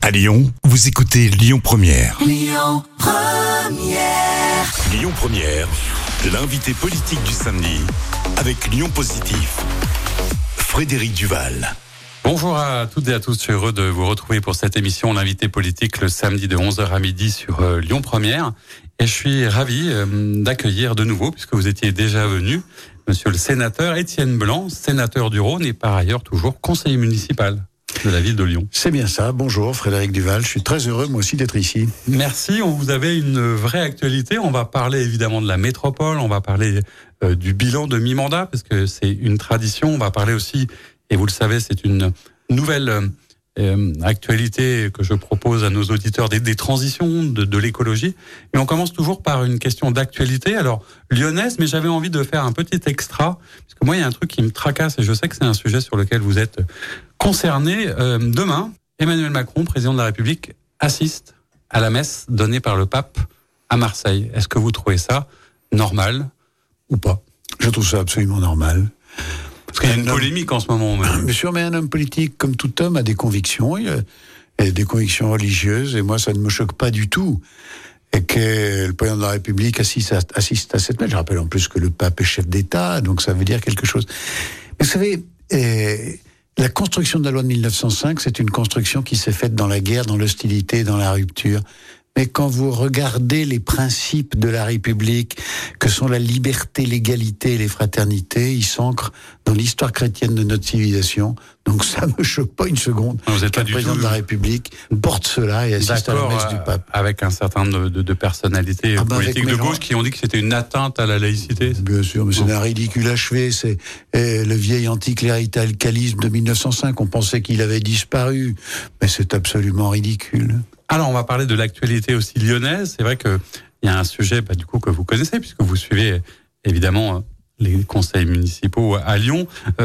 À Lyon, vous écoutez Lyon Première. Lyon Première. Lyon Première, l'invité politique du samedi avec Lyon Positif. Frédéric Duval. Bonjour à toutes et à tous, je suis heureux de vous retrouver pour cette émission L'invité politique le samedi de 11h à midi sur Lyon Première. Et je suis ravi d'accueillir de nouveau, puisque vous étiez déjà venu, monsieur le sénateur Étienne Blanc, sénateur du Rhône et par ailleurs toujours conseiller municipal de la ville de Lyon. C'est bien ça. Bonjour Frédéric Duval. Je suis très heureux moi aussi d'être ici. Merci. Vous avez une vraie actualité. On va parler évidemment de la métropole. On va parler du bilan de mi-mandat parce que c'est une tradition. On va parler aussi, et vous le savez, c'est une nouvelle actualité que je propose à nos auditeurs des transitions de l'écologie. Mais on commence toujours par une question d'actualité. Alors lyonnaise, mais j'avais envie de faire un petit extra parce que moi il y a un truc qui me tracasse et je sais que c'est un sujet sur lequel vous êtes concerné. Demain, Emmanuel Macron, président de la République, assiste à la messe donnée par le pape à Marseille. Est-ce que vous trouvez ça normal ou pas? Je trouve ça absolument normal. Parce qu'il y a une polémique en ce moment. Bien sûr, mais un homme politique, comme tout homme, a des convictions. Il a des convictions religieuses, et moi, ça ne me choque pas du tout. Et que le président de la République assiste à cette messe. Je rappelle en plus que le pape est chef d'État, donc ça veut dire quelque chose. Mais vous savez, la construction de la loi de 1905, c'est une construction qui s'est faite dans la guerre, dans l'hostilité, dans la rupture. Mais quand vous regardez les principes de la République, que sont la liberté, l'égalité et les fraternités, ils s'ancrent dans l'histoire chrétienne de notre civilisation. Donc ça me choque pas une seconde. Vous êtes qu'un président de la République porte cela et assiste à la messe du pape. Avec un certain nombre de personnalités politiques de gauche qui ont dit que c'était une atteinte à la laïcité. Bien sûr, mais c'est un ridicule achevé. C'est le vieil anticléricalisme de 1905. On pensait qu'il avait disparu, mais c'est absolument ridicule. Alors, on va parler de l'actualité aussi lyonnaise. C'est vrai qu'il y a un sujet du coup que vous connaissez, puisque vous suivez évidemment les conseils municipaux à Lyon.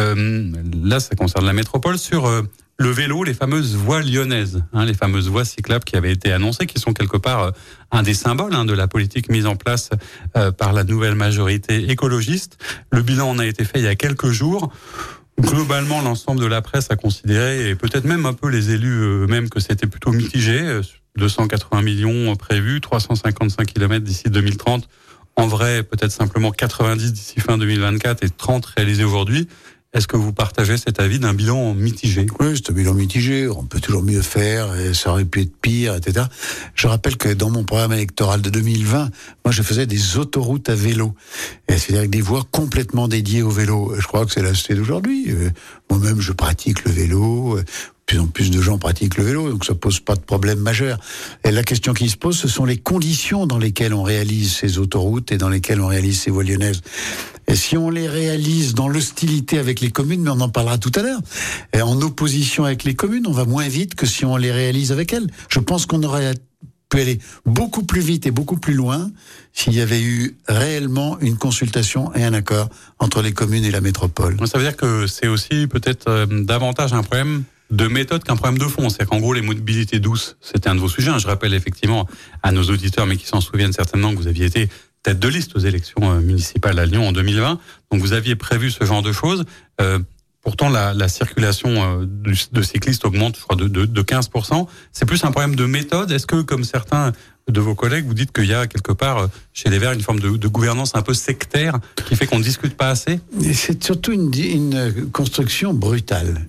Là, ça concerne la métropole sur le vélo, les fameuses voies lyonnaises, les fameuses voies cyclables qui avaient été annoncées, qui sont quelque part un des symboles de la politique mise en place par la nouvelle majorité écologiste. Le bilan en a été fait il y a quelques jours. Globalement, l'ensemble de la presse a considéré, et peut-être même un peu les élus eux-mêmes, que c'était plutôt mitigé. 280 millions prévus, 355 km d'ici 2030. En vrai, peut-être simplement 90 d'ici fin 2024 et 30 réalisés aujourd'hui. Est-ce que vous partagez cet avis d'un bilan mitigé? Oui, c'est un bilan mitigé. On peut toujours mieux faire, et ça aurait pu être pire, etc. Je rappelle que dans mon programme électoral de 2020, moi, je faisais des autoroutes à vélo. C'est-à-dire avec des voies complètement dédiées au vélo. Je crois que c'est la société d'aujourd'hui. Moi-même, je pratique le vélo. De plus en plus de gens pratiquent le vélo, donc ça pose pas de problème majeur. Et la question qui se pose, ce sont les conditions dans lesquelles on réalise ces autoroutes et dans lesquelles on réalise ces voies lyonnaises. Et si on les réalise dans l'hostilité avec les communes, mais on en parlera tout à l'heure, et en opposition avec les communes, on va moins vite que si on les réalise avec elles. Je pense qu'on aurait pu aller beaucoup plus vite et beaucoup plus loin s'il y avait eu réellement une consultation et un accord entre les communes et la métropole. Ça veut dire que c'est aussi peut-être davantage un problème de méthode qu'un problème de fond. C'est-à-dire qu'en gros, les mobilités douces, c'était un de vos sujets. Je rappelle effectivement à nos auditeurs, mais qui s'en souviennent certainement, que vous aviez été tête de liste aux élections municipales à Lyon en 2020. Donc vous aviez prévu ce genre de choses. Pourtant, la circulation de cyclistes augmente, je crois, de 15%. C'est plus un problème de méthode. Est-ce que, comme certains de vos collègues, vous dites qu'il y a quelque part chez les Verts une forme de gouvernance un peu sectaire qui fait qu'on ne discute pas assez? C'est surtout une construction brutale.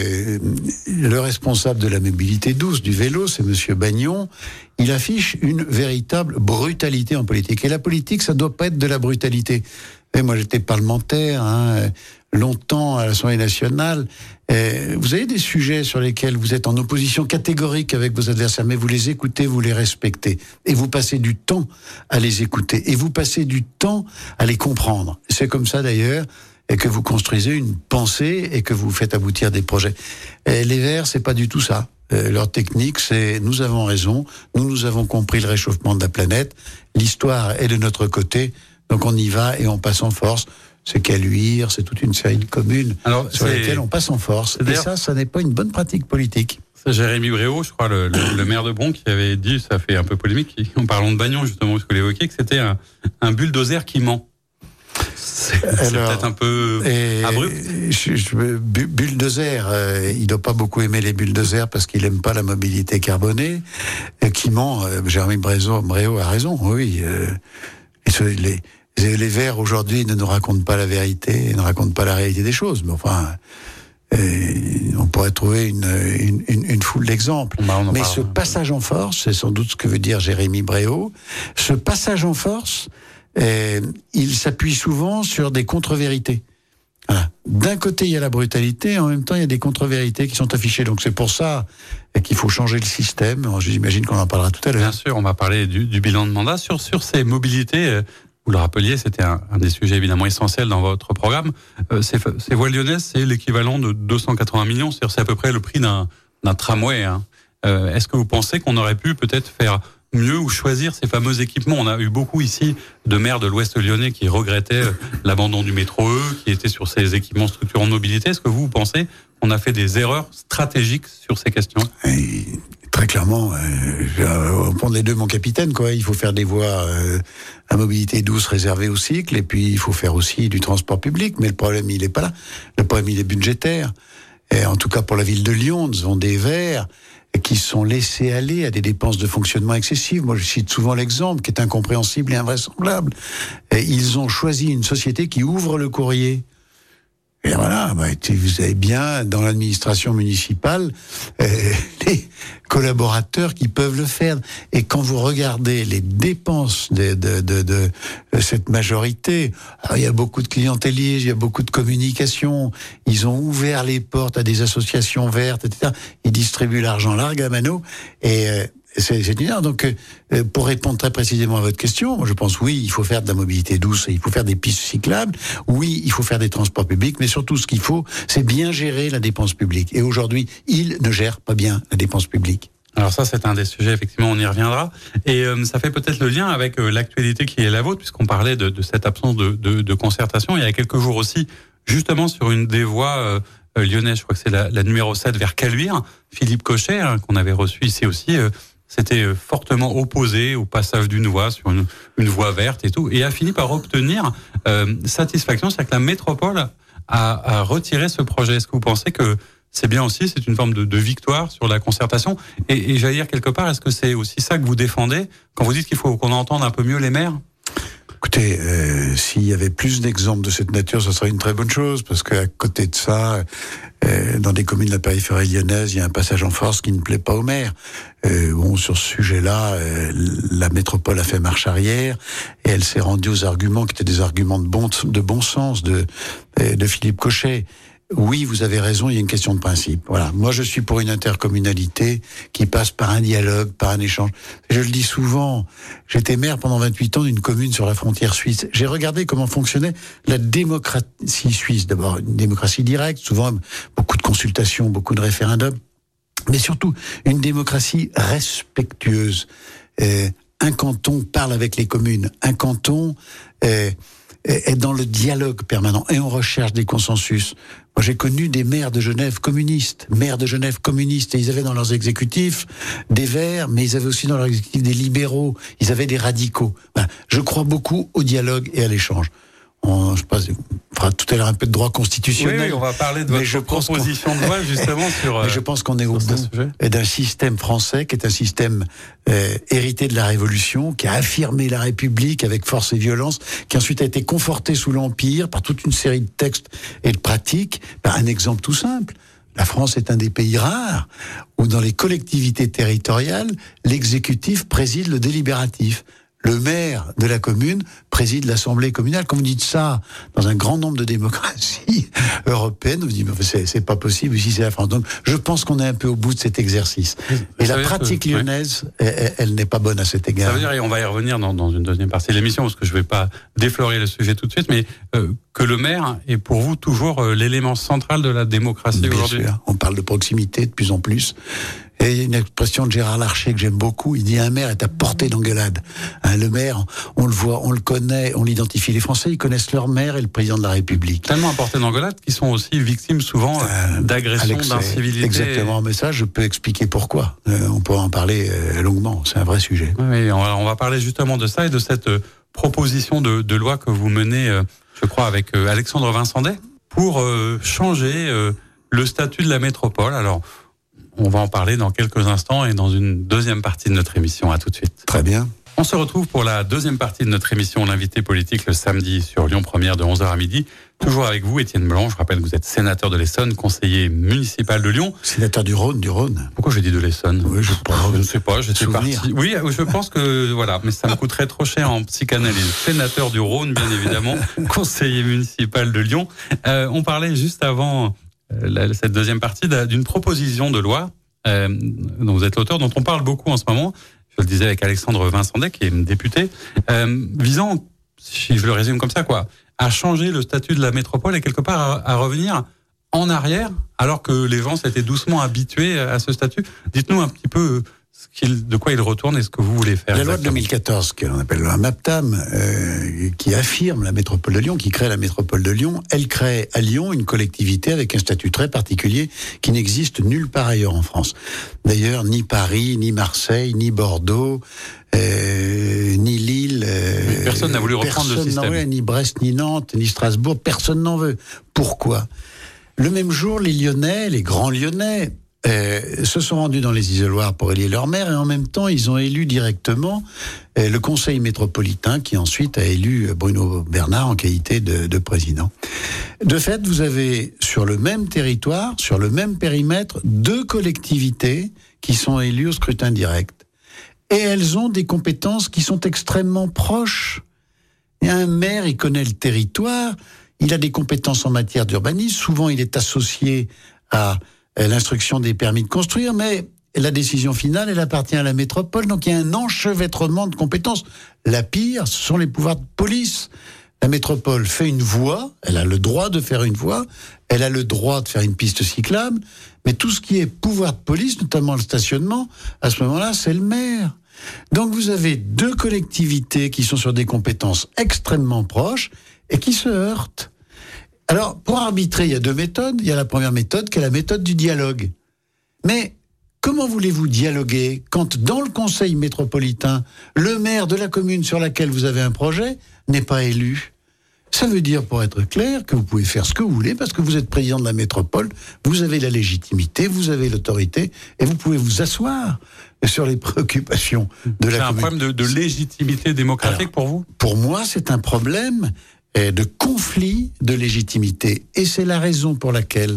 Le responsable de la mobilité douce, du vélo, c'est Monsieur Bagnon. Il affiche une véritable brutalité en politique. Et la politique, ça doit pas être de la brutalité. Et moi, j'étais parlementaire, longtemps à l'Assemblée nationale. Vous avez des sujets sur lesquels vous êtes en opposition catégorique avec vos adversaires, mais vous les écoutez, vous les respectez. Et vous passez du temps à les écouter. Et vous passez du temps à les comprendre. C'est comme ça, d'ailleurs, et que vous construisez une pensée et que vous faites aboutir des projets. Et les Verts, c'est pas du tout ça. Leur technique, c'est nous avons raison, nous avons compris le réchauffement de la planète, l'histoire est de notre côté, donc on y va et on passe en force. C'est Caluire, c'est toute une série de communes sur lesquelles on passe en force. Et ça n'est pas une bonne pratique politique. C'est Jérémy Bréau, je crois, le maire de Bron, qui avait dit, ça fait un peu polémique, en parlant de Bagnon, justement, ce que vous l'évoquiez, que c'était un bulldozer qui ment. C'est peut-être un peu abrupt. Bulldozer, il doit pas beaucoup aimer les bulldozers parce qu'il aime pas la mobilité carbonée. Qui ment, Jérémy Bréau a raison, oui. Les Verts aujourd'hui ne nous racontent pas la vérité, ne racontent pas la réalité des choses. Mais enfin, on pourrait trouver une foule d'exemples. Mais ce passage en force, c'est sans doute ce que veut dire Jérémy Bréau. Ce passage en force, il s'appuie souvent sur des contre-vérités. Voilà. D'un côté, il y a la brutalité, en même temps, il y a des contre-vérités qui sont affichées. Donc c'est pour ça qu'il faut changer le système. J'imagine qu'on en parlera tout à l'heure. Bien sûr, on va parler du bilan de mandat. Sur ces mobilités, vous le rappeliez, c'était un des sujets évidemment essentiels dans votre programme. Ces voies lyonnaises, c'est l'équivalent de 280 millions, c'est-à-dire c'est à peu près le prix d'un tramway. Hein. Est-ce que vous pensez qu'on aurait pu peut-être faire mieux ou choisir ces fameux équipements? On a eu beaucoup ici de maires de l'Ouest lyonnais qui regrettaient l'abandon du métro E, qui étaient sur ces équipements structurants de mobilité. Est-ce que vous pensez qu'on a fait des erreurs stratégiques sur ces questions? Très clairement, on prend les deux, mon capitaine, quoi. Il faut faire des voies à mobilité douce réservées au cycle, et puis il faut faire aussi du transport public. Mais le problème, il est pas là. Le problème, il est budgétaire. Et en tout cas, pour la ville de Lyon, nous avons des Verts qui sont laissés aller à des dépenses de fonctionnement excessives. Moi, je cite souvent l'exemple qui est incompréhensible et invraisemblable. Et ils ont choisi une société qui ouvre le courrier. Et voilà, vous avez bien dans l'administration municipale les collaborateurs qui peuvent le faire. Et quand vous regardez les dépenses de cette majorité, alors il y a beaucoup de clientélisme, il y a beaucoup de communication. Ils ont ouvert les portes à des associations vertes, etc. Ils distribuent l'argent largue à mano. Et c'est énorme. Donc, pour répondre très précisément à votre question, moi je pense oui, il faut faire de la mobilité douce, il faut faire des pistes cyclables, oui, il faut faire des transports publics, mais surtout ce qu'il faut, c'est bien gérer la dépense publique. Et aujourd'hui, il ne gère pas bien la dépense publique. Alors ça, c'est un des sujets, effectivement, on y reviendra. Et ça fait peut-être le lien avec l'actualité qui est la vôtre, puisqu'on parlait de cette absence de concertation. Il y a quelques jours aussi, justement, sur une des voies lyonnaises, je crois que c'est la numéro 7 vers Caluire, Philippe Cochet, qu'on avait reçu ici aussi, s'était fortement opposé au passage d'une voie sur une voie verte et tout, et a fini par obtenir satisfaction, c'est-à-dire que la métropole a retiré ce projet. Est-ce que vous pensez que c'est bien aussi, c'est une forme de victoire sur la concertation, et j'allais dire quelque part, est-ce que c'est aussi ça que vous défendez quand vous dites qu'il faut qu'on entende un peu mieux les maires? Écoutez, s'il y avait plus d'exemples de cette nature, ce serait une très bonne chose, parce qu'à côté de ça, dans des communes de la périphérie lyonnaise, il y a un passage en force qui ne plaît pas aux maires. Sur ce sujet-là, la métropole a fait marche arrière, et elle s'est rendue aux arguments qui étaient des arguments de bon sens de Philippe Cochet. Oui, vous avez raison, il y a une question de principe. Voilà. Moi, je suis pour une intercommunalité qui passe par un dialogue, par un échange. Je le dis souvent, j'étais maire pendant 28 ans d'une commune sur la frontière suisse. J'ai regardé comment fonctionnait la démocratie suisse. D'abord, une démocratie directe, souvent beaucoup de consultations, beaucoup de référendums, mais surtout une démocratie respectueuse. Un canton parle avec les communes. Un canton est dans le dialogue permanent et on recherche des consensus. Moi, j'ai connu des maires de Genève communistes, et ils avaient dans leurs exécutifs des Verts, mais ils avaient aussi dans leurs exécutifs des libéraux, ils avaient des radicaux. Voilà. Je crois beaucoup au dialogue et à l'échange. On fera tout à l'heure un peu de droit constitutionnel. Oui, on va parler de votre proposition de loi justement sur. Mais je pense qu'on est au bout d'un système français qui est un système hérité de la Révolution, qui a affirmé la République avec force et violence, qui ensuite a été conforté sous l'Empire par toute une série de textes et de pratiques. Un exemple tout simple. La France est un des pays rares où dans les collectivités territoriales, l'exécutif préside le délibératif. Le maire de la commune préside l'assemblée communale. Quand vous dites ça dans un grand nombre de démocraties européennes, vous dites c'est pas possible ici c'est la France. Donc je pense qu'on est un peu au bout de cet exercice. Et la pratique lyonnaise, elle n'est pas bonne à cet égard. Ça veut dire, et on va y revenir dans une deuxième partie de l'émission, parce que je vais pas déflorer le sujet tout de suite, mais que le maire est pour vous toujours l'élément central de la démocratie aujourd'hui. Bien sûr, on parle de proximité de plus en plus. Et il y a une expression de Gérard Larcher que j'aime beaucoup. Il dit un maire est à portée d'engueulade. Le maire, on le voit, on le connaît, on l'identifie. Les Français, ils connaissent leur maire et le président de la République. Tellement à portée d'engueulade qu'ils sont aussi victimes souvent d'agressions, d'incivilité. Exactement, mais ça, je peux expliquer pourquoi. On pourra en parler longuement. C'est un vrai sujet. Oui, on va parler justement de ça et de cette proposition de loi que vous menez, je crois, avec Alexandre Vincendet pour changer le statut de la métropole. Alors, on va en parler dans quelques instants et dans une deuxième partie de notre émission. À tout de suite. Très bien. On se retrouve pour la deuxième partie de notre émission, l'invité politique, le samedi sur Lyon Première de 11h à midi. Toujours avec vous, Étienne Blanc. Je rappelle que vous êtes sénateur de l'Essonne, conseiller municipal de Lyon. Sénateur du Rhône. Pourquoi j'ai dit de l'Essonne? Oui, je ne sais pas, j'étais parti. Oui, je pense que, voilà, mais ça me coûterait trop cher en psychanalyse. Sénateur du Rhône, bien évidemment, conseiller municipal de Lyon. On parlait juste avant cette deuxième partie d'une proposition de loi dont vous êtes l'auteur, dont on parle beaucoup en ce moment. Je le disais avec Alexandre Vincendet, qui est député, visant, si je le résume comme ça, quoi, à changer le statut de la métropole et quelque part à revenir en arrière, alors que les gens s'étaient doucement habitués à ce statut. Dites-nous un petit peu de quoi il retourne et ce que vous voulez faire. La loi de 2014, qu'on appelle la MAPTAM, qui affirme la métropole de Lyon, qui crée la métropole de Lyon, elle crée à Lyon une collectivité avec un statut très particulier qui n'existe nulle part ailleurs en France. D'ailleurs, ni Paris, ni Marseille, ni Bordeaux, ni Lille. Personne n'a voulu reprendre le système. Ni Brest, ni Nantes, ni Strasbourg, personne n'en veut. Pourquoi ? Le même jour, les Lyonnais, les grands Lyonnais, se sont rendus dans les isoloirs pour élire leur maire et en même temps ils ont élu directement le conseil métropolitain qui ensuite a élu Bruno Bernard en qualité de président. De fait, vous avez sur le même territoire, sur le même périmètre, 2 collectivités qui sont élues au scrutin direct. Et elles ont des compétences qui sont extrêmement proches. Et un maire, il connaît le territoire, il a des compétences en matière d'urbanisme, souvent il est associé à l'instruction des permis de construire, mais la décision finale, elle appartient à la métropole, donc il y a un enchevêtrement de compétences. La pire, ce sont les pouvoirs de police. La métropole fait une voie, elle a le droit de faire une voie, elle a le droit de faire une piste cyclable, mais tout ce qui est pouvoir de police, notamment le stationnement, à ce moment-là, c'est le maire. Donc vous avez 2 collectivités qui sont sur des compétences extrêmement proches et qui se heurtent. Alors, pour arbitrer, il y a 2 méthodes. Il y a la première méthode, qui est la méthode du dialogue. Mais comment voulez-vous dialoguer quand, dans le conseil métropolitain, le maire de la commune sur laquelle vous avez un projet n'est pas élu ? Ça veut dire, pour être clair, que vous pouvez faire ce que vous voulez, parce que vous êtes président de la métropole, vous avez la légitimité, vous avez l'autorité, et vous pouvez vous asseoir sur les préoccupations de la commune. C'est un problème de légitimité démocratique. Alors, pour vous ? Pour moi, c'est un problème de conflit de légitimité. Et c'est la raison pour laquelle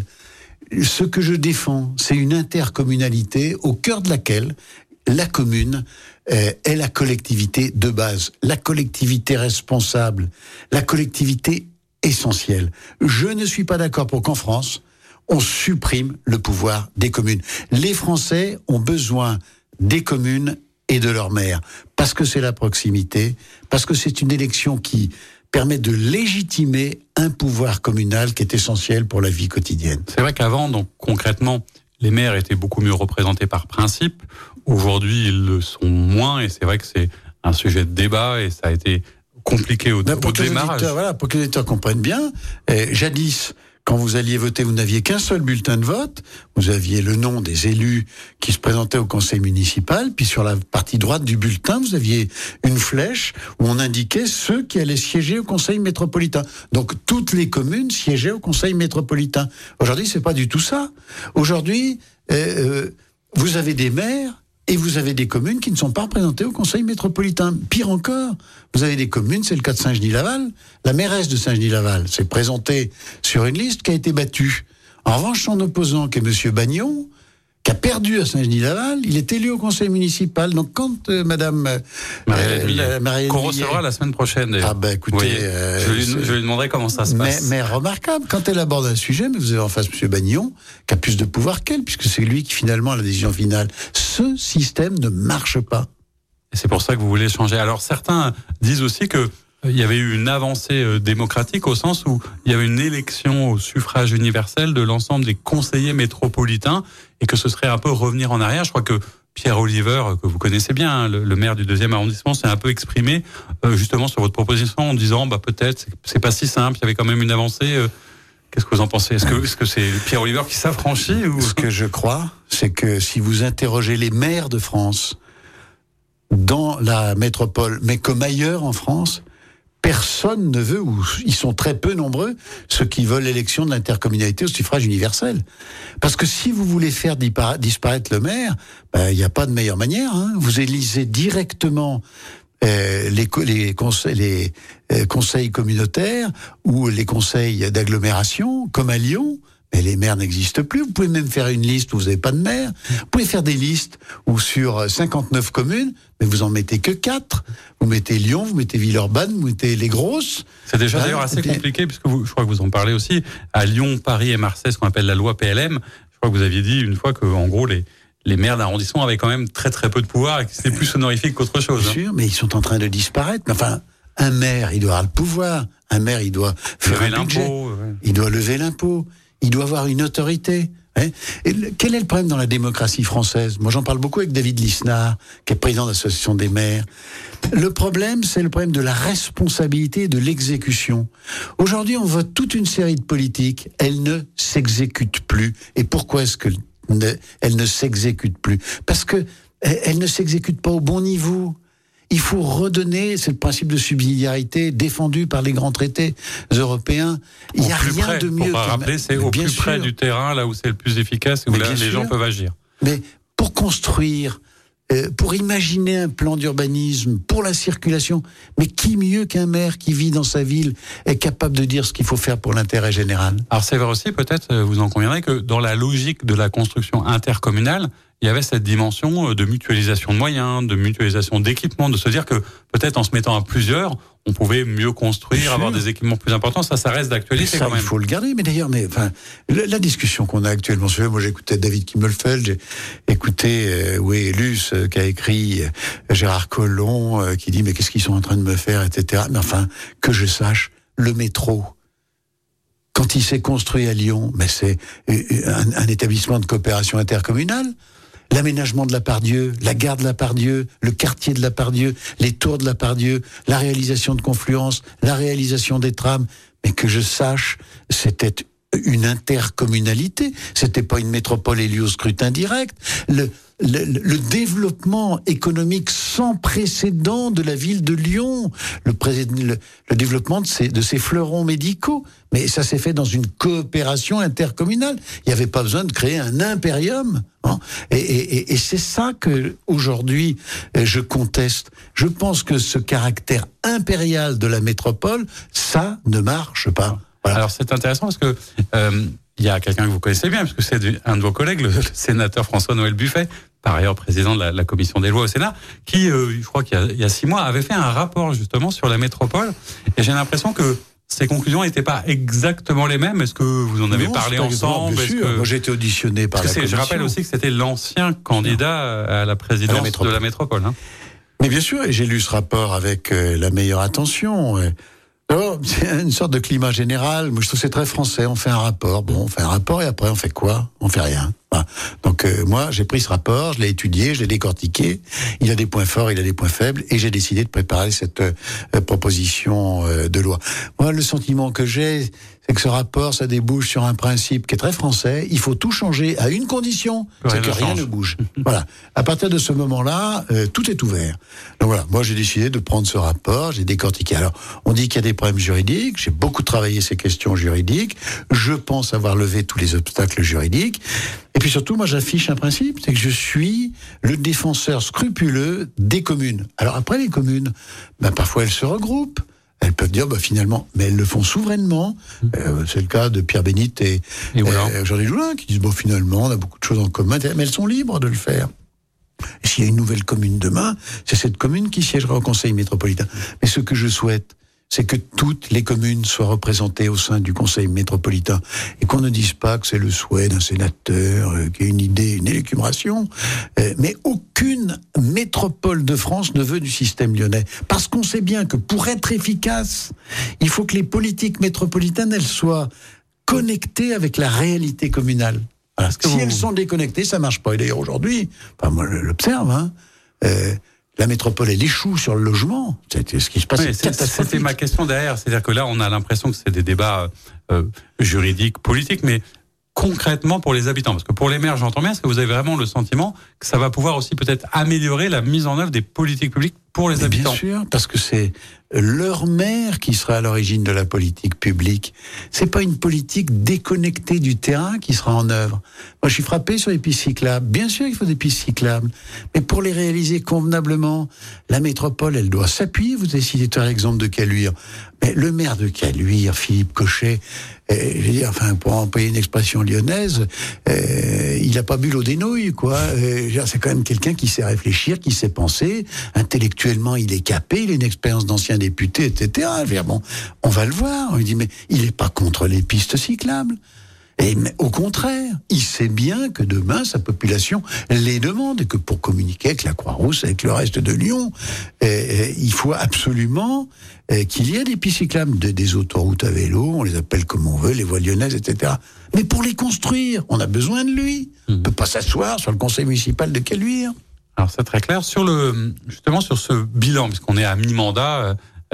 ce que je défends, c'est une intercommunalité au cœur de laquelle la commune est la collectivité de base, la collectivité responsable, la collectivité essentielle. Je ne suis pas d'accord pour qu'en France, on supprime le pouvoir des communes. Les Français ont besoin des communes et de leur maire, parce que c'est la proximité, parce que c'est une élection qui permet de légitimer un pouvoir communal qui est essentiel pour la vie quotidienne. C'est vrai qu'avant, donc concrètement, les maires étaient beaucoup mieux représentés par principe. Aujourd'hui, ils le sont moins, et c'est vrai que c'est un sujet de débat, et ça a été compliqué au démarrage. Pour que les auditeurs comprennent bien, jadis, quand vous alliez voter, vous n'aviez qu'un seul bulletin de vote. Vous aviez le nom des élus qui se présentaient au conseil municipal. Puis sur la partie droite du bulletin, vous aviez une flèche où on indiquait ceux qui allaient siéger au conseil métropolitain. Donc toutes les communes siégeaient au conseil métropolitain. Aujourd'hui, c'est pas du tout ça. Aujourd'hui, vous avez des maires et vous avez des communes qui ne sont pas représentées au conseil métropolitain. Pire encore, vous avez des communes, c'est le cas de Saint-Genis-Laval. La mairesse de Saint-Genis-Laval s'est présentée sur une liste qui a été battue. En revanche, son opposant, qui est monsieur Bagnon, qui a perdu à Saint-Genis-Laval, il est élu au conseil municipal. Donc quand madame Marie-Hélène qu'on recevra la semaine prochaine. Ah ben écoutez, je lui demanderai comment ça se passe. Mais remarquable, quand elle aborde un sujet, mais vous avez en face monsieur Bagnon, qui a plus de pouvoir qu'elle, puisque c'est lui qui finalement a la décision finale. Ce système ne marche pas. Et c'est pour ça que vous voulez changer. Alors certains disent aussi que il y avait eu une avancée démocratique au sens où il y avait une élection au suffrage universel de l'ensemble des conseillers métropolitains et que ce serait un peu revenir en arrière. Je crois que Pierre Oliver, que vous connaissez bien, hein, le maire du 2e arrondissement, s'est un peu exprimé justement sur votre proposition en disant peut-être c'est pas si simple, il y avait quand même une avancée. Qu'est-ce que vous en pensez ? Est-ce que c'est Pierre Oliver qui s'affranchit ou... Ce que je crois, c'est que si vous interrogez les maires de France dans la métropole, mais comme ailleurs en France, personne ne veut, ou ils sont très peu nombreux, ceux qui veulent l'élection de l'intercommunalité au suffrage universel. Parce que si vous voulez faire disparaître le maire, il n'y a pas de meilleure manière. Hein. Vous élisez directement les conseils communautaires ou les conseils d'agglomération, comme à Lyon. Mais les maires n'existent plus. Vous pouvez même faire une liste où vous n'avez pas de maire. Vous pouvez faire des listes où sur 59 communes, mais vous en mettez que 4. Vous mettez Lyon, vous mettez Villeurbanne, vous mettez les grosses. C'est déjà d'ailleurs assez compliqué, puisque je crois que vous en parlez aussi. À Lyon, Paris et Marseille, ce qu'on appelle la loi PLM, je crois que vous aviez dit une fois que, en gros, les maires d'arrondissement avaient quand même très très peu de pouvoir et que c'était plus honorifique qu'autre chose. Bien sûr, mais ils sont en train de disparaître. Enfin, un maire, il doit avoir le pouvoir. Un maire, il doit faire un budget. Il doit lever l'impôt. Il doit avoir une autorité. Hein. Et quel est le problème dans la démocratie française ? Moi, j'en parle beaucoup avec David Lisnard, qui est président de l'association des maires. Le problème, c'est le problème de la responsabilité et de l'exécution. Aujourd'hui, on vote toute une série de politiques. Elles ne s'exécutent plus. Et pourquoi est-ce que elles ne s'exécutent plus ? Parce que elles ne s'exécutent pas au bon niveau. Il faut redonner, c'est le principe de subsidiarité défendu par les grands traités européens. Il n'y a rien de mieux. Pour rappeler, c'est au plus près du terrain, là où c'est le plus efficace et où là les gens peuvent agir. Mais pour construire, pour imaginer un plan d'urbanisme, pour la circulation, mais qui mieux qu'un maire qui vit dans sa ville est capable de dire ce qu'il faut faire pour l'intérêt général ? Alors c'est vrai aussi, peut-être, vous en conviendrez, que dans la logique de la construction intercommunale, il y avait cette dimension de mutualisation de moyens, de mutualisation d'équipements, de se dire que peut-être en se mettant à plusieurs, on pouvait mieux construire, avoir des équipements plus importants. Ça reste d'actualité quand même. Il faut le garder. Mais d'ailleurs, la discussion qu'on a actuellement, moi j'écoutais David Kimmelfeld, j'ai écouté Luce qui a écrit Gérard Collomb qui dit mais qu'est-ce qu'ils sont en train de me faire, etc. Mais enfin, que je sache, le métro, quand il s'est construit à Lyon, c'est un établissement de coopération intercommunale. L'aménagement de la Part-Dieu, la gare de la Part-Dieu, le quartier de la Part-Dieu, les tours de la Part-Dieu, la réalisation de Confluence, la réalisation des trams. Mais que je sache, c'était une intercommunalité. C'était pas une métropole élue au scrutin direct. Le développement économique sans précédent de la ville de Lyon, le développement de ses fleurons médicaux, mais ça s'est fait dans une coopération intercommunale. Il n'y avait pas besoin de créer un impérium. Hein. Et c'est ça que aujourd'hui je conteste. Je pense que ce caractère impérial de la métropole, ça ne marche pas. Voilà. Alors c'est intéressant parce que il y a quelqu'un que vous connaissez bien, puisque c'est un de vos collègues, le sénateur François-Noël Buffet, par ailleurs président de la commission des lois au Sénat, qui, je crois qu'il y a 6 mois, avait fait un rapport justement sur la métropole. Et j'ai l'impression que ces conclusions n'étaient pas exactement les mêmes. Est-ce que vous en avez parlé ensemble ? Bien sûr. Moi, j'ai été auditionné par la commission. Je rappelle aussi que c'était l'ancien candidat à la présidence de la métropole. Hein. Mais bien sûr, et j'ai lu ce rapport avec la meilleure attention. Alors, c'est une sorte de climat général. Moi, je trouve que c'est très français. On fait un rapport. Bon, on fait un rapport et après, on fait quoi ? On fait rien. Voilà. Donc, moi, j'ai pris ce rapport, je l'ai étudié, je l'ai décortiqué. Il a des points forts, il a des points faibles. Et j'ai décidé de préparer cette proposition de loi. Moi, le sentiment que j'ai, c'est que ce rapport, ça débouche sur un principe qui est très français. Il faut tout changer à une condition, c'est que rien ne bouge. Voilà. À partir de ce moment-là, tout est ouvert. Donc voilà. Moi, j'ai décidé de prendre ce rapport, j'ai décortiqué. Alors, on dit qu'il y a des problèmes juridiques. J'ai beaucoup travaillé ces questions juridiques. Je pense avoir levé tous les obstacles juridiques. Et puis surtout, moi, j'affiche un principe, c'est que je suis le défenseur scrupuleux des communes. Alors après, les communes, parfois elles se regroupent. Elles peuvent dire, finalement, mais elles le font souverainement. C'est le cas de Pierre Bénitte et Jean-Louis Joulin, qui disent, finalement, on a beaucoup de choses en commun, mais elles sont libres de le faire. Et s'il y a une nouvelle commune demain, c'est cette commune qui siégera au Conseil métropolitain. Mais ce que je souhaite, c'est que toutes les communes soient représentées au sein du Conseil métropolitain et qu'on ne dise pas que c'est le souhait d'un sénateur qui a une idée, une élucubration, mais aucune métropole de France ne veut du système lyonnais. Parce qu'on sait bien que pour être efficace, il faut que les politiques métropolitaines, elles soient connectées avec la réalité communale. Voilà. Si elles sont déconnectées, ça marche pas. Et d'ailleurs, aujourd'hui, moi, je l'observe, la métropole, elle échoue sur le logement. C'est ce qui se passe. Oui, c'était ma question derrière. C'est-à-dire que là, on a l'impression que c'est des débats juridiques, politiques, mais concrètement pour les habitants. Parce que pour les maires, j'entends bien, est-ce que vous avez vraiment le sentiment que ça va pouvoir aussi peut-être améliorer la mise en œuvre des politiques publiques pour les habitants ? Bien sûr, parce que c'est leur maire qui sera à l'origine de la politique publique. C'est pas une politique déconnectée du terrain qui sera en œuvre. Moi, je suis frappé sur les pistes cyclables. Bien sûr, il faut des pistes cyclables. Mais pour les réaliser convenablement, la métropole, elle doit s'appuyer. Vous avez cité tout l'exemple de Caluire. Mais le maire de Caluire, Philippe Cochet, je veux dire, pour employer une expression lyonnaise, il a pas bu l'eau des nouilles, quoi. C'est quand même quelqu'un qui sait réfléchir, qui sait penser. Intellectuellement, il est capé, il a une expérience d'ancien député, etc. Je veux dire, bon, on va le voir. On lui dit, mais il est pas contre les pistes cyclables. Mais au contraire, il sait bien que demain, sa population les demande et que pour communiquer avec la Croix-Rousse, avec le reste de Lyon, il faut absolument qu'il y ait des pistes cyclables, des autoroutes à vélo, on les appelle comme on veut, les voies lyonnaises, etc. Mais pour les construire, on a besoin de lui. On ne peut pas s'asseoir sur le conseil municipal de Caluire. Alors c'est très clair. Justement sur ce bilan, puisqu'on est à mi-mandat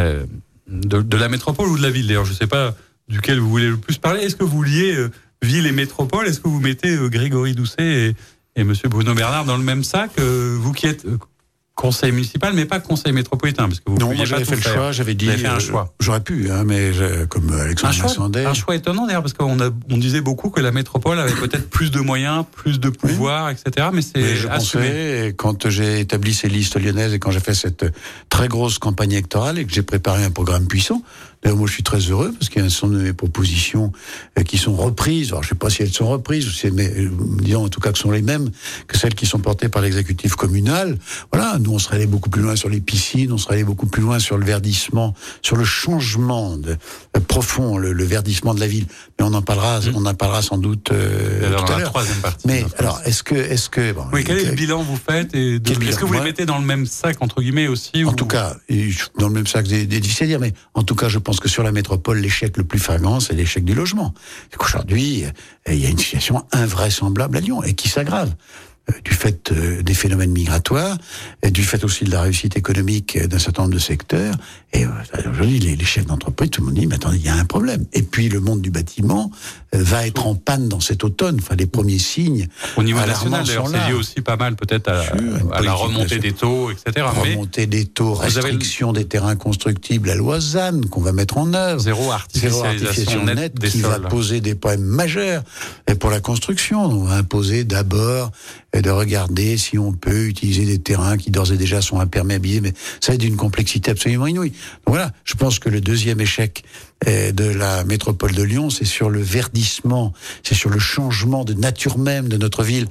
de la métropole ou de la ville, d'ailleurs, je ne sais pas duquel vous voulez le plus parler. Est-ce que vous liez ville et métropole? Est-ce que vous mettez Grégory Doucet et monsieur Bruno Bernard dans le même sac, vous qui êtes conseil municipal, mais pas conseil métropolitain, parce que vous non, moi j'avais fait le choix, j'avais dit, fait un choix. J'aurais pu, mais comme Alexandre Massandet. Un choix étonnant d'ailleurs, parce qu'on disait beaucoup que la métropole avait peut-être plus de moyens, plus de pouvoir, etc. Mais c'est je pensais, quand j'ai établi ces listes lyonnaises et quand j'ai fait cette très grosse campagne électorale et que j'ai préparé un programme puissant. D'ailleurs, moi, je suis très heureux parce qu'il y a un certain nombre de mes propositions qui sont reprises. Alors, je sais pas si elles sont reprises, mais disons en tout cas que ce sont les mêmes que celles qui sont portées par l'exécutif communal. Voilà, nous, on serait allé beaucoup plus loin sur les piscines, on serait allé beaucoup plus loin sur le verdissement, sur le changement profond, le verdissement de la ville. Mais on en parlera sans doute tout à l'heure. Troisième partie. Mais alors, est-ce que bon, oui, quel est le bilan vous faites est-ce que vous les mettez dans le même sac entre guillemets aussi? En tout cas, dans le même sac, c'est difficile à dire, mais en tout cas, je pense que sur la métropole, l'échec le plus flagrant, c'est l'échec du logement. C'est qu'aujourd'hui, il y a une situation invraisemblable à Lyon et qui s'aggrave. Du fait des phénomènes migratoires, et du fait aussi de la réussite économique d'un certain nombre de secteurs. Et aujourd'hui, les chefs d'entreprise, tout le monde dit, mais attendez, il y a un problème. Et puis, le monde du bâtiment va être en panne dans cet automne. Enfin, les premiers signes. Au niveau national, d'ailleurs, c'est lié aussi pas mal peut-être à la remontée des taux, etc. Remontée des taux, restriction des terrains constructibles, la loi ZAN qu'on va mettre en œuvre. Zéro artificialisation nette des qui sols. Va poser des problèmes majeurs pour la construction. On va imposer d'abord de regarder si on peut utiliser des terrains qui d'ores et déjà sont imperméabilisés, mais ça est d'une complexité absolument inouïe. Donc voilà, je pense que le deuxième échec de la métropole de Lyon, c'est sur le verdissement, c'est sur le changement de nature même de notre ville.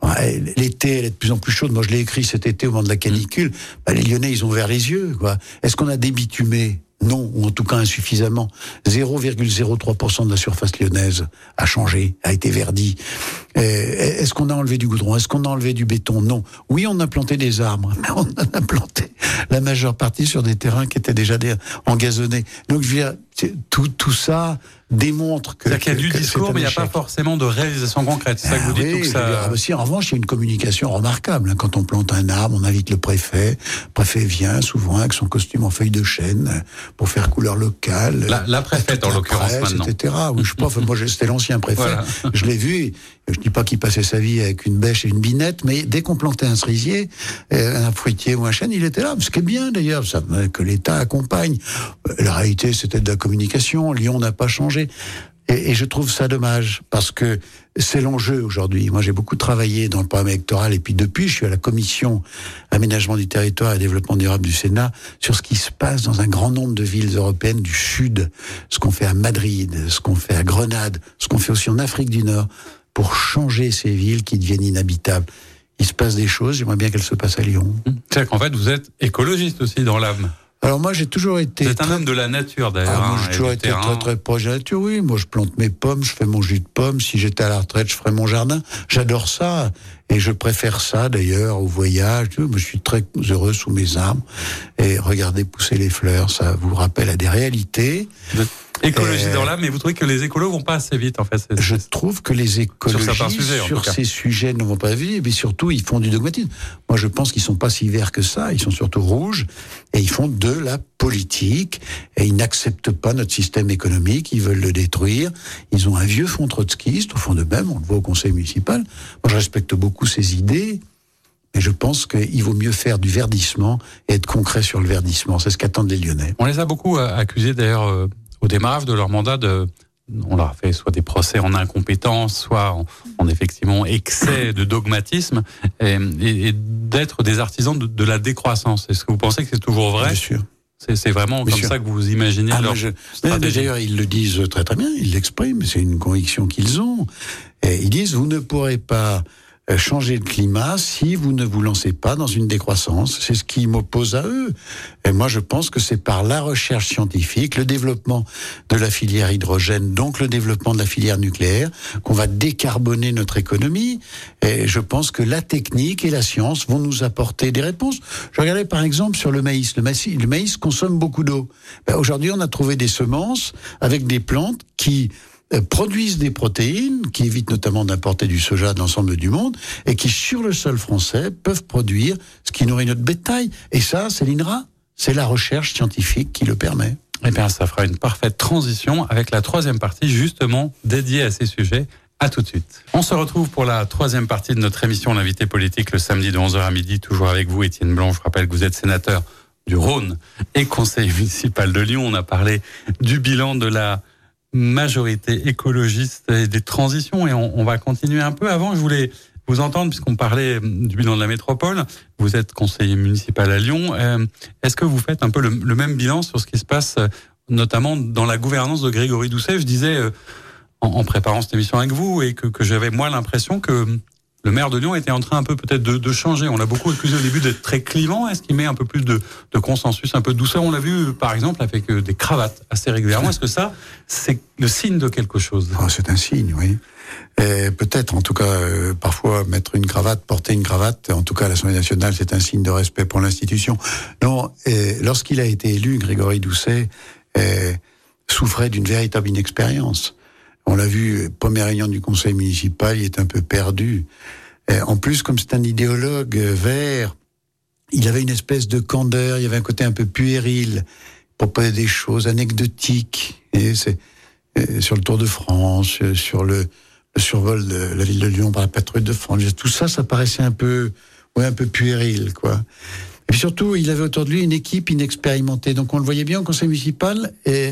L'été, elle est de plus en plus chaude. Moi, je l'ai écrit cet été au moment de la canicule. Les Lyonnais, ils ont ouvert les yeux, quoi. Est-ce qu'on a débitumé? Non, ou en tout cas insuffisamment. 0,03% de la surface lyonnaise a changé, a été verdie. Est-ce qu'on a enlevé du goudron? Est-ce qu'on a enlevé du béton? Non. Oui, on a planté des arbres, mais on en a planté la majeure partie sur des terrains qui étaient déjà engazonnés. Donc, je veux dire, tout ça démontre que... C'est-à-dire qu'il y a du discours, mais il n'y a pas forcément de réalisation concrète. C'est ça que vous dites? Oui, tout ça... Si, en revanche, il y a une communication remarquable. Quand on plante un arbre, on invite le préfet. Le préfet vient souvent avec son costume en feuille de chêne pour faire couleur locale. La préfète, en l'occurrence, maintenant. Etc. Oui, je sais pas, moi, c'était l'ancien préfet. Voilà. Je l'ai vu. Je dis pas qu'il passait sa vie avec une bêche et une binette, mais dès qu'on plantait un cerisier, un fruitier ou un chêne, il était là. Ce qui est bien, d'ailleurs, ça, que l'État accompagne. La réalité, c'était de la communication. Lyon n'a pas changé. Et je trouve ça dommage, parce que c'est l'enjeu aujourd'hui. Moi, j'ai beaucoup travaillé dans le programme électoral, et puis depuis, je suis à la commission aménagement du territoire et développement durable du Sénat, sur ce qui se passe dans un grand nombre de villes européennes du Sud, ce qu'on fait à Madrid, ce qu'on fait à Grenade, ce qu'on fait aussi en Afrique du Nord, pour changer ces villes qui deviennent inhabitables. Il se passe des choses, j'aimerais bien qu'elles se passent à Lyon. C'est-à-dire qu'en fait, vous êtes écologiste aussi dans l'âme. Alors moi, j'ai toujours été... Vous êtes un homme de la nature, d'ailleurs. Moi, j'ai toujours été très, très proche de la nature, oui. Moi, je plante mes pommes, je fais mon jus de pommes. Si j'étais à la retraite, je ferais mon jardin. J'adore ça. Et je préfère ça, d'ailleurs, au voyage. Moi, je suis très heureux sous mes arbres. Et regarder pousser les fleurs, ça vous rappelle à des réalités. Écologie dans l'âme, mais vous trouvez que les écolos vont pas assez vite, en fait. Je trouve que les écologistes sur ces sujets ne vont pas vite, mais surtout ils font du dogmatisme. Moi, je pense qu'ils sont pas si verts que ça. Ils sont surtout rouges et ils font de la politique et ils n'acceptent pas notre système économique. Ils veulent le détruire. Ils ont un vieux fond trotskiste au fond d'eux-mêmes. On le voit au conseil municipal. Moi, je respecte beaucoup ces idées. Mais je pense qu'il vaut mieux faire du verdissement et être concret sur le verdissement. C'est ce qu'attendent les Lyonnais. On les a beaucoup accusés, d'ailleurs, au démarrage de leur mandat, on leur a fait soit des procès en incompétence, soit en effectivement excès de dogmatisme, et d'être des artisans de la décroissance. Est-ce que vous pensez que c'est toujours vrai ? Bien sûr. C'est vraiment Bien comme sûr. ça que vous imaginez leur stratégie. D'ailleurs, ils le disent très très bien, ils l'expriment, c'est une conviction qu'ils ont. Et ils disent, vous ne pourrez pas changer le climat si vous ne vous lancez pas dans une décroissance. C'est ce qui m'oppose à eux. Et moi, je pense que c'est par la recherche scientifique, le développement de la filière hydrogène, donc le développement de la filière nucléaire, qu'on va décarboner notre économie. Et je pense que la technique et la science vont nous apporter des réponses. Je regardais par exemple sur le maïs. Le maïs consomme beaucoup d'eau. Aujourd'hui, on a trouvé des semences avec des plantes qui produisent des protéines, qui évitent notamment d'importer du soja de l'ensemble du monde, et qui, sur le sol français, peuvent produire ce qui nourrit notre bétail. Et ça, c'est l'INRA. C'est la recherche scientifique qui le permet. Eh bien, ça fera une parfaite transition avec la troisième partie, justement, dédiée à ces sujets. À tout de suite. On se retrouve pour la troisième partie de notre émission, l'invité politique, le samedi de 11h à midi, toujours avec vous, Étienne Blanc. Je rappelle que vous êtes sénateur du Rhône et conseiller municipal de Lyon. On a parlé du bilan de la majorité écologiste et des transitions, et on va continuer un peu. Avant, je voulais vous entendre, puisqu'on parlait du bilan de la métropole. Vous êtes conseiller municipal à Lyon. Est-ce que vous faites un peu le même bilan sur ce qui se passe, notamment dans la gouvernance de Grégory Doucet ? Je disais, en préparant cette émission avec vous, et que j'avais moi l'impression que le maire de Lyon était en train un peu peut-être de changer. On l'a beaucoup accusé au début d'être très clivant. Est-ce qu'il met un peu plus de consensus, un peu de douceur ? On l'a vu, par exemple, avec des cravates assez régulièrement. Est-ce que ça, c'est le signe de quelque chose ? C'est un signe, oui. Peut-être, en tout cas, parfois mettre une cravate, porter une cravate, en tout cas à l'Assemblée nationale, c'est un signe de respect pour l'institution. Non, lorsqu'il a été élu, Grégory Doucet souffrait d'une véritable inexpérience. On l'a vu, première réunion du conseil municipal, il est un peu perdu. En plus, comme c'est un idéologue vert, il avait une espèce de candeur, il y avait un côté un peu puéril, il proposait des choses anecdotiques. Et c'est sur le Tour de France, sur le survol de la ville de Lyon par la patrouille de France, tout ça, ça paraissait un peu puéril, quoi. Et puis surtout, il avait autour de lui une équipe inexpérimentée. Donc on le voyait bien au conseil municipal, et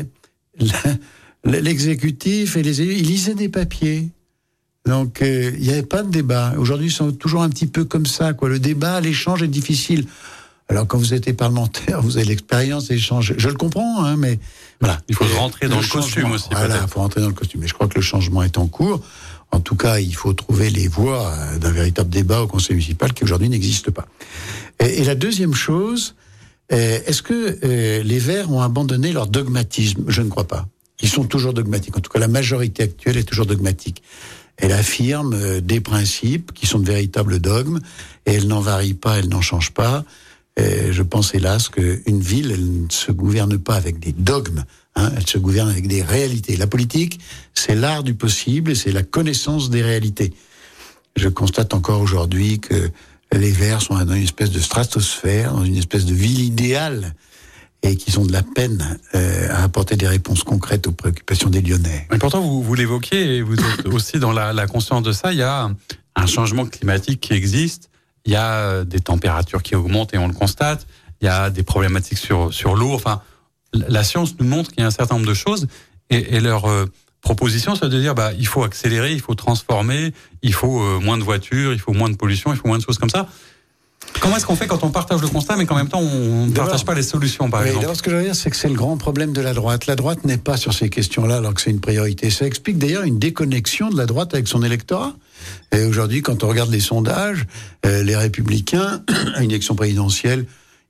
l'exécutif et les élus, ils lisaient des papiers. Donc, il n'y avait pas de débat. Aujourd'hui, ils sont toujours un petit peu comme ça, quoi. Le débat, l'échange est difficile. Alors, quand vous êtes parlementaire, vous avez l'expérience, l'échange. Je le comprends, hein, mais voilà. Il faut rentrer dans le costume aussi, voilà, peut-être. Il faut rentrer dans le costume. Mais je crois que le changement est en cours. En tout cas, il faut trouver les voies d'un véritable débat au conseil municipal qui aujourd'hui n'existe pas. Et la deuxième chose, est-ce que les Verts ont abandonné leur dogmatisme ? Je ne crois pas. Ils sont toujours dogmatiques. En tout cas, la majorité actuelle est toujours dogmatique. Elle affirme des principes qui sont de véritables dogmes, et elle n'en varie pas, elle n'en change pas. Et je pense, hélas, qu'une ville, elle ne se gouverne pas avec des dogmes, hein, elle se gouverne avec des réalités. La politique, c'est l'art du possible et c'est la connaissance des réalités. Je constate encore aujourd'hui que les Verts sont dans une espèce de stratosphère, dans une espèce de ville idéale, et qu'ils ont de la peine à apporter des réponses concrètes aux préoccupations des Lyonnais. Mais pourtant, vous l'évoquez, et vous êtes aussi dans la conscience de ça. Il y a un changement climatique qui existe, il y a des températures qui augmentent et on le constate, il y a des problématiques sur l'eau. Enfin, la science nous montre qu'il y a un certain nombre de choses, et leur proposition, c'est de dire il faut accélérer, il faut transformer, il faut moins de voitures, il faut moins de pollution, il faut moins de choses comme ça. Comment est-ce qu'on fait quand on partage le constat, mais qu'en même temps, on ne partage pas les solutions, par exemple ? D'abord, ce que je veux dire, c'est que c'est le grand problème de la droite. La droite n'est pas sur ces questions-là, alors que c'est une priorité. Ça explique d'ailleurs une déconnexion de la droite avec son électorat. Et aujourd'hui, quand on regarde les sondages, les Républicains, à une élection présidentielle,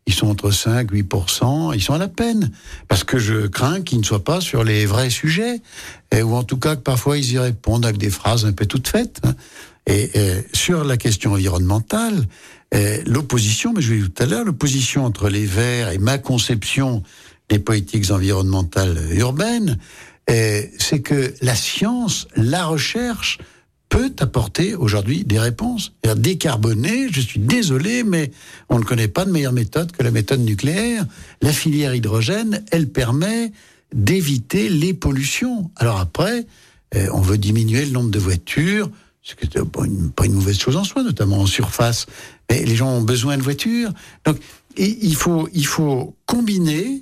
ils sont entre 5 et 8%, ils sont à la peine. Parce que je crains qu'ils ne soient pas sur les vrais sujets, ou en tout cas que parfois ils y répondent avec des phrases un peu toutes faites. Et sur la question environnementale, l'opposition, mais je l'ai dit tout à l'heure, l'opposition entre les Verts et ma conception des politiques environnementales urbaines, c'est que la science, la recherche peut apporter aujourd'hui des réponses. Décarboner, je suis désolé, mais on ne connaît pas de meilleure méthode que la méthode nucléaire. La filière hydrogène, elle permet d'éviter les pollutions. Alors après, on veut diminuer le nombre de voitures, ce qui n'est pas une mauvaise chose en soi, notamment en surface. Mais les gens ont besoin de voitures. Donc, il faut combiner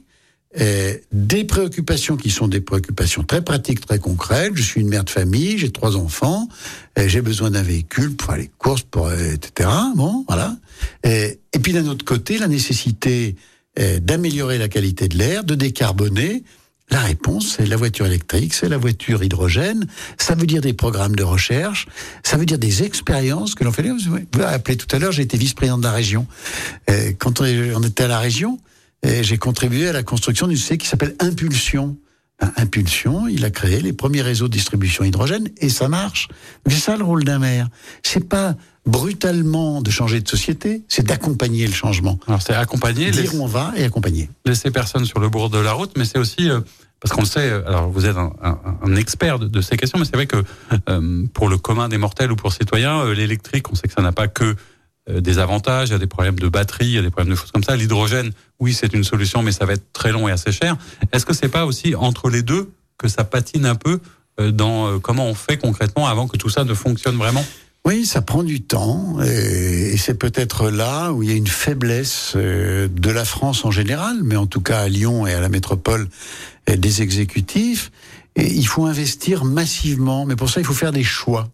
des préoccupations qui sont des préoccupations très pratiques, très concrètes. Je suis une mère de famille, j'ai 3 enfants, j'ai besoin d'un véhicule pour faire les courses, etc. Bon, voilà. Et puis d'un autre côté, la nécessité d'améliorer la qualité de l'air, de décarboner. La réponse, c'est la voiture électrique, c'est la voiture hydrogène. Ça veut dire des programmes de recherche, ça veut dire des expériences que l'on fait. Vous l'avez appelé tout à l'heure, j'ai été vice-président de la région. Quand on était à la région, j'ai contribué à la construction d'une société qui s'appelle Impulsion. Impulsion, il a créé les premiers réseaux de distribution hydrogène et ça marche. C'est ça le rôle d'un maire. C'est pas brutalement de changer de société, c'est d'accompagner le changement. Alors c'est accompagner, dire où on va et accompagner. Laisser personne sur le bord de la route, mais c'est aussi parce qu'on le sait. Alors vous êtes un expert de ces questions, mais c'est vrai que pour le commun des mortels ou pour citoyens, l'électrique, on sait que ça n'a pas que des avantages, il y a des problèmes de batterie, il y a des problèmes de choses comme ça. L'hydrogène, oui, c'est une solution, mais ça va être très long et assez cher. Est-ce que c'est pas aussi entre les deux que ça patine un peu dans comment on fait concrètement avant que tout ça ne fonctionne vraiment ? Oui, ça prend du temps et c'est peut-être là où il y a une faiblesse de la France en général, mais en tout cas à Lyon et à la métropole des exécutifs. Et il faut investir massivement, mais pour ça il faut faire des choix.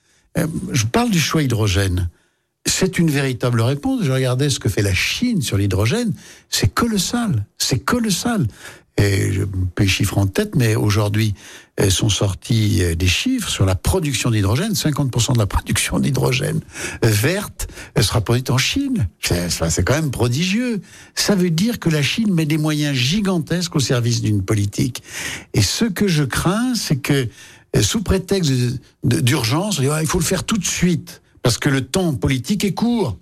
Je parle du choix hydrogène. C'est une véritable réponse. Je regardais ce que fait la Chine sur l'hydrogène. C'est colossal. C'est colossal. Et je peux les chiffres en tête, mais aujourd'hui sont sortis des chiffres sur la production d'hydrogène. 50% de la production d'hydrogène verte sera produite en Chine. C'est quand même prodigieux. Ça veut dire que la Chine met des moyens gigantesques au service d'une politique. Et ce que je crains, c'est que sous prétexte d'urgence, il faut le faire tout de suite. Parce que le temps politique est court.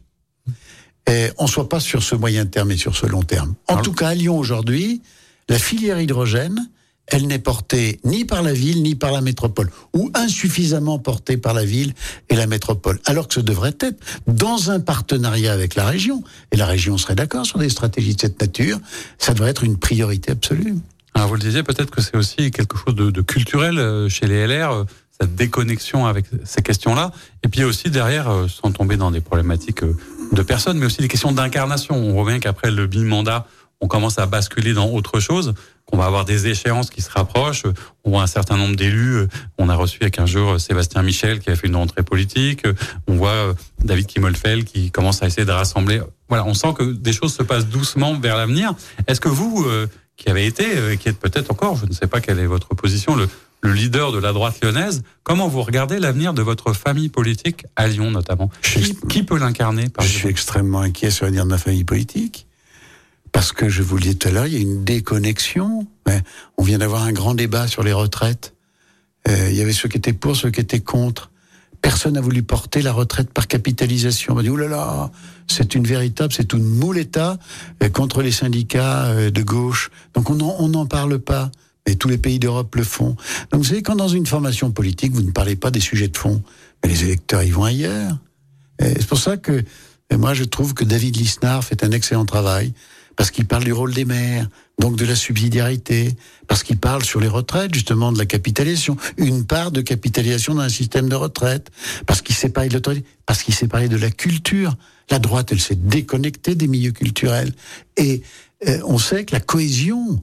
Et on ne soit pas sur ce moyen terme et sur ce long terme. En tout cas, à Lyon aujourd'hui, la filière hydrogène, elle n'est portée ni par la ville ni par la métropole, ou insuffisamment portée par la ville et la métropole, alors que ce devrait être dans un partenariat avec la région. Et la région serait d'accord sur des stratégies de cette nature. Ça devrait être une priorité absolue. Alors vous le disiez, peut-être que c'est aussi quelque chose de culturel chez les LR, cette déconnexion avec ces questions-là. Et puis aussi derrière, sans tomber dans des problématiques de personnes, mais aussi des questions d'incarnation. On voit bien qu'après le bi-mandat, on commence à basculer dans autre chose, qu'on va avoir des échéances qui se rapprochent. On voit un certain nombre d'élus. On a reçu il y a 15 jours Sébastien Michel qui a fait une rentrée politique. On voit David Kimmelfeld qui commence à essayer de rassembler. Voilà, on sent que des choses se passent doucement vers l'avenir. Est-ce que vous, qui avez été, qui êtes peut-être encore, je ne sais pas quelle est votre position, le leader de la droite lyonnaise, comment vous regardez l'avenir de votre famille politique à Lyon notamment ? Qui peut l'incarner ? Je suis extrêmement inquiet sur l'avenir de ma famille politique. Parce que, je vous le disais tout à l'heure, il y a une déconnexion. On vient d'avoir un grand débat sur les retraites. Il y avait ceux qui étaient pour, ceux qui étaient contre. Personne n'a voulu porter la retraite par capitalisation. On m'a dit, oulala, c'est une mouletta contre les syndicats de gauche. Donc on n'en parle pas. Mais tous les pays d'Europe le font. Donc vous savez, quand dans une formation politique, vous ne parlez pas des sujets de fond, mais les électeurs, ils vont ailleurs. Et c'est pour ça que moi, je trouve que David Lisnard fait un excellent travail, parce qu'il parle du rôle des maires, donc de la subsidiarité, parce qu'il parle sur les retraites, justement, de la capitalisation, une part de capitalisation dans un système de retraite, parce qu'il sait parler de l'autorité, parce qu'il sait parler de la culture. La droite, elle s'est déconnectée des milieux culturels. Et on sait que la cohésion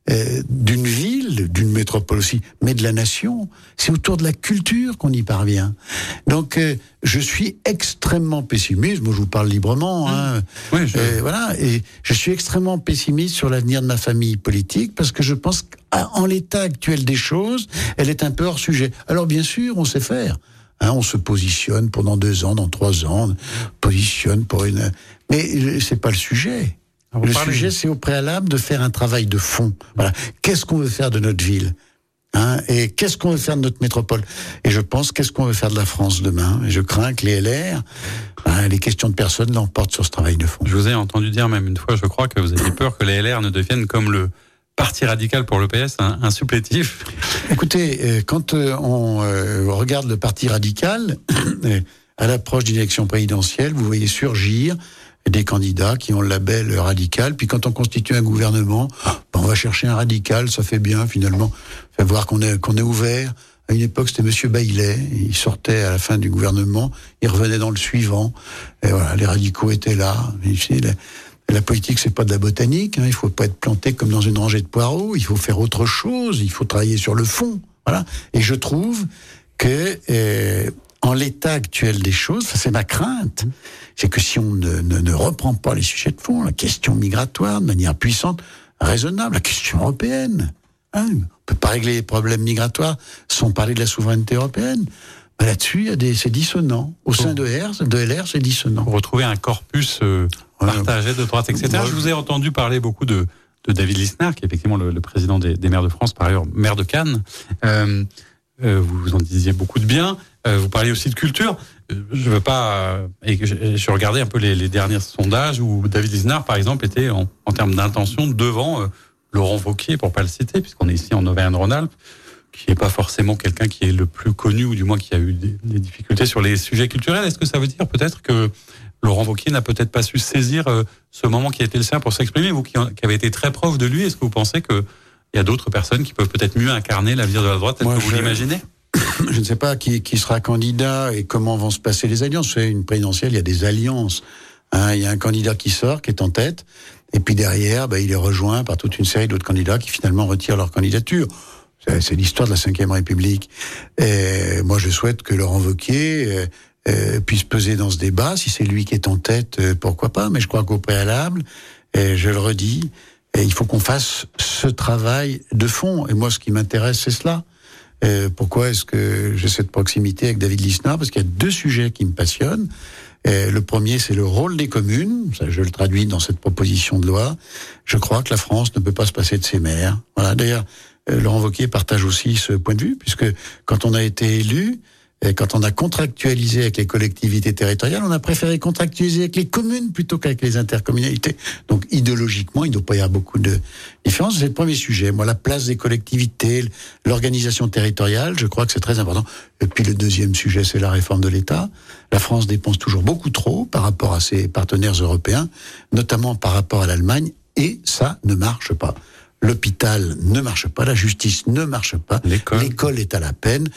d'une ville, d'une métropole aussi, mais de la nation, c'est autour de la culture qu'on y parvient. Donc, je suis extrêmement pessimiste. Moi, je vous parle librement. Oui, voilà. Et je suis extrêmement pessimiste sur l'avenir de ma famille politique parce que je pense qu'en l'état actuel des choses, elle est un peu hors sujet. Alors, bien sûr, on sait faire. On se positionne pendant 2 ans, dans 3 ans, positionne pour une... Mais c'est pas le sujet. Le sujet, c'est au préalable de faire un travail de fond. Voilà. Qu'est-ce qu'on veut faire de notre ville ? Et qu'est-ce qu'on veut faire de notre métropole ? Et je pense, qu'est-ce qu'on veut faire de la France demain ? Et je crains que les LR, les questions de personnes l'emportent sur ce travail de fond. Je vous ai entendu dire même une fois, je crois, que vous aviez peur que les LR ne deviennent comme le Parti radical pour le PS, un supplétif. Écoutez, quand on regarde le Parti radical, à l'approche d'une élection présidentielle, vous voyez surgir des candidats qui ont le label radical. Puis quand on constitue un gouvernement, on va chercher un radical, ça fait bien finalement. Ça fait voir qu'on est ouvert. À une époque, c'était Monsieur Baillet. Il sortait à la fin du gouvernement, il revenait dans le suivant. Et voilà, les radicaux étaient là. La politique, c'est pas de la botanique. Il faut pas être planté comme dans une rangée de poireaux. Il faut faire autre chose. Il faut travailler sur le fond. Voilà. Et je trouve que en l'état actuel des choses, ça c'est ma crainte, c'est que si on ne reprend pas les sujets de fond, la question migratoire de manière puissante, raisonnable, la question européenne, on peut pas régler les problèmes migratoires sans parler de la souveraineté européenne. Là-dessus, c'est dissonant. Au sein de LR, c'est dissonant. Pour retrouver un corpus partagé de droite, etc. Je vous ai entendu parler beaucoup de David Lisnard, qui est effectivement le président des maires de France, par ailleurs maire de Cannes. Vous en disiez beaucoup de bien. Vous parliez aussi de culture. Je veux pas. Je regardais un peu les derniers sondages où David Lisnard, par exemple, était en termes d'intention devant Laurent Wauquiez, pour pas le citer, puisqu'on est ici en Auvergne-Rhône-Alpes, qui n'est pas forcément quelqu'un qui est le plus connu, ou du moins qui a eu des difficultés sur les sujets culturels. Est-ce que ça veut dire peut-être que Laurent Wauquiez n'a peut-être pas su saisir ce moment qui a été le sien pour s'exprimer, vous qui avez été très proche de lui, est-ce que vous pensez qu'il y a d'autres personnes qui peuvent peut-être mieux incarner l'avenir de la droite, tel que vous l'imaginez ? Je ne sais pas qui sera candidat et comment vont se passer les alliances. C'est une présidentielle, il y a des alliances. Il y a un candidat qui sort, qui est en tête, et puis derrière, il est rejoint par toute une série d'autres candidats qui finalement retirent leur candidature. C'est l'histoire de la Ve République. Et moi, je souhaite que Laurent Wauquiez puisse peser dans ce débat. Si c'est lui qui est en tête, pourquoi pas. Mais je crois qu'au préalable, et je le redis, il faut qu'on fasse ce travail de fond. Et moi, ce qui m'intéresse, c'est cela. Pourquoi est-ce que j'ai cette proximité avec David Lisnard ? Parce qu'il y a deux sujets qui me passionnent. Le premier, c'est le rôle des communes. Ça, je le traduis dans cette proposition de loi. Je crois que la France ne peut pas se passer de ses maires. Voilà. D'ailleurs, Laurent Wauquiez partage aussi ce point de vue, puisque quand on a été élu, et quand on a contractualisé avec les collectivités territoriales, on a préféré contractualiser avec les communes plutôt qu'avec les intercommunalités. Donc, idéologiquement, il ne doit pas y avoir beaucoup de différences. C'est le premier sujet. Moi, la place des collectivités, l'organisation territoriale, je crois que c'est très important. Et puis, le deuxième sujet, c'est la réforme de l'État. La France dépense toujours beaucoup trop par rapport à ses partenaires européens, notamment par rapport à l'Allemagne, et ça ne marche pas. L'hôpital ne marche pas, la justice ne marche pas, l'école est à la peine,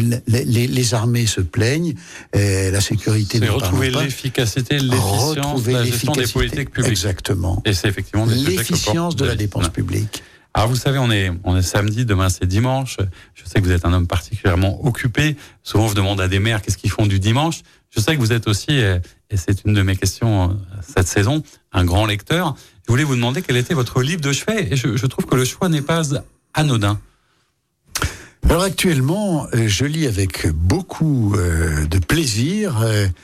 les armées se plaignent, la sécurité ne parle pas. Retrouver l'efficacité, l'efficience, la gestion des politiques publiques. Exactement. Et c'est effectivement l'efficience de la dépense publique. Alors vous savez, on est samedi, demain c'est dimanche. Je sais que vous êtes un homme particulièrement occupé. Souvent on vous demande à des maires qu'est-ce qu'ils font du dimanche. Je sais que vous êtes aussi, et c'est une de mes questions cette saison, un grand lecteur. Je voulais vous demander quel était votre livre de chevet. Et je trouve que le choix n'est pas anodin. Alors actuellement, je lis avec beaucoup de plaisir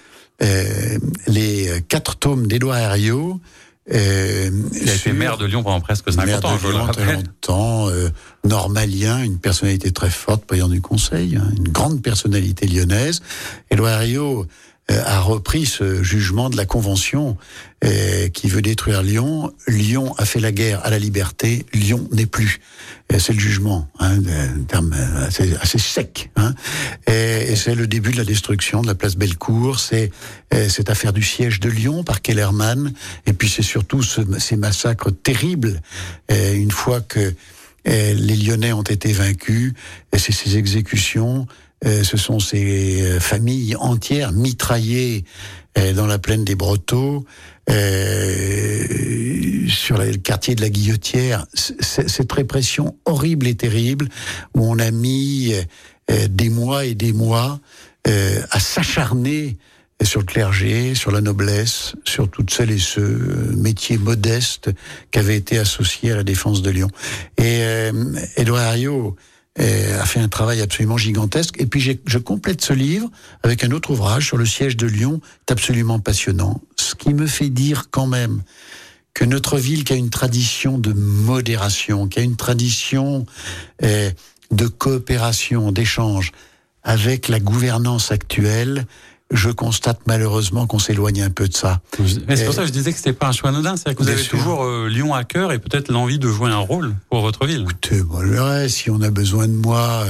les 4 tomes d'Édouard Herriot. Il a été maire de Lyon pendant presque 50 ans, je le rappelle. Longtemps, normalien, une personnalité très forte, président du Conseil, une grande personnalité lyonnaise. Édouard Herriot a repris ce jugement de la Convention qui veut détruire Lyon. Lyon a fait la guerre à la liberté, Lyon n'est plus. C'est le jugement, un terme assez sec. Et c'est le début de la destruction de la place Bellecour. C'est cette affaire du siège de Lyon par Kellermann. Et puis c'est surtout ces massacres terribles. Une fois que les Lyonnais ont été vaincus, et c'est ces exécutions. Ce sont ces familles entières mitraillées dans la plaine des Brotteaux, sur le quartier de la Guillotière. Cette répression horrible et terrible où on a mis des mois et des mois à s'acharner sur le clergé, sur la noblesse, sur toutes celles et ceux métiers modestes qui avaient été associés à la défense de Lyon. Et Édouard Herriot a fait un travail absolument gigantesque. Et puis je complète ce livre avec un autre ouvrage sur le siège de Lyon, c'est absolument passionnant. Ce qui me fait dire quand même que notre ville qui a une tradition de modération, qui a une tradition de coopération, d'échange, avec la gouvernance actuelle, je constate malheureusement qu'on s'éloigne un peu de ça. Mais c'est pour ça que je disais que c'était pas un choix anodin. C'est-à-dire que vous avez toujours Lyon à cœur et peut-être l'envie de jouer un rôle pour votre ville. Écoutez, bon, le reste, si on a besoin de moi,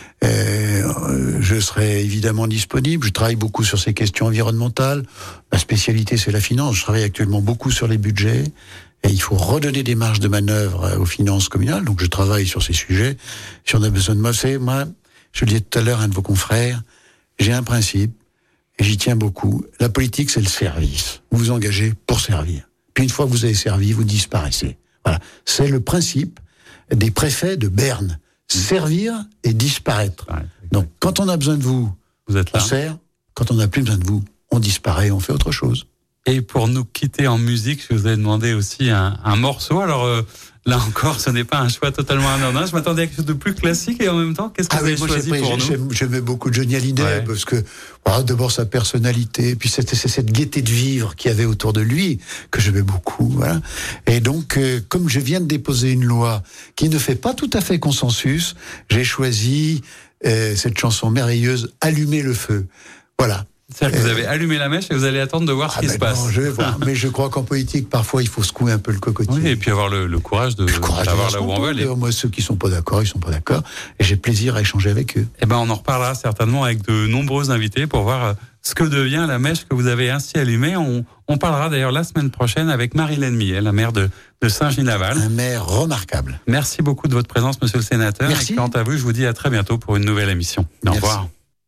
je serai évidemment disponible. Je travaille beaucoup sur ces questions environnementales. Ma spécialité, c'est la finance. Je travaille actuellement beaucoup sur les budgets. Et il faut redonner des marges de manœuvre aux finances communales. Donc je travaille sur ces sujets. Si on a besoin de moi, je le disais tout à l'heure à un de vos confrères, j'ai un principe. Et j'y tiens beaucoup. La politique, c'est le service. Vous vous engagez pour servir. Puis une fois que vous avez servi, vous disparaissez. Voilà. C'est le principe des préfets de Berne. Servir et disparaître. Donc, quand on a besoin de vous, êtes là. On sert. Quand on n'a plus besoin de vous, on disparaît, on fait autre chose. Et pour nous quitter en musique, je vous ai demandé aussi un morceau. Alors, là encore, ce n'est pas un choix totalement anodin. Je m'attendais à quelque chose de plus classique et en même temps, qu'est-ce que vous avez choisi pour nous? J'aimais beaucoup Johnny Hallyday parce que, d'abord sa personnalité, puis c'est cette gaieté de vivre qu'il y avait autour de lui que j'aimais beaucoup. Voilà. Et donc, comme je viens de déposer une loi qui ne fait pas tout à fait consensus, j'ai choisi cette chanson merveilleuse, Allumer le feu. Voilà. C'est-à-dire que vous avez allumé la mèche et vous allez attendre de voir ce qui se passe. Non, je vais voir. Mais je crois qu'en politique, parfois, il faut secouer un peu le cocotier. Oui, et puis avoir le courage d'avoir là où on veut. Moi, ceux qui sont pas d'accord, ils sont pas d'accord. Et j'ai plaisir à échanger avec eux. Eh ben, on en reparlera certainement avec de nombreux invités pour voir ce que devient la mèche que vous avez ainsi allumée. On parlera d'ailleurs la semaine prochaine avec Marie-Hélène Millet, la maire de Saint-Ginaval. Un maire remarquable. Merci beaucoup de votre présence, monsieur le sénateur. Merci. Et quant à vous, je vous dis à très bientôt pour une nouvelle émission. Au revoir.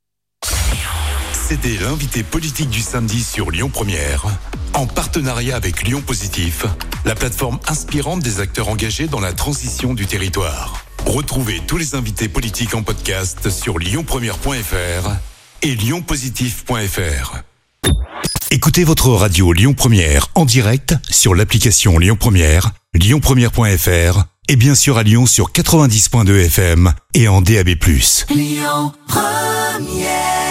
C'était l'invité politique du samedi sur Lyon Première, en partenariat avec Lyon Positif, la plateforme inspirante des acteurs engagés dans la transition du territoire. Retrouvez tous les invités politiques en podcast sur lyonpremière.fr et lyonpositif.fr. Écoutez votre radio Lyon Première en direct sur l'application Lyon Première, lyonpremière.fr et bien sûr à Lyon sur 90.2 FM et en DAB+. Lyon Première.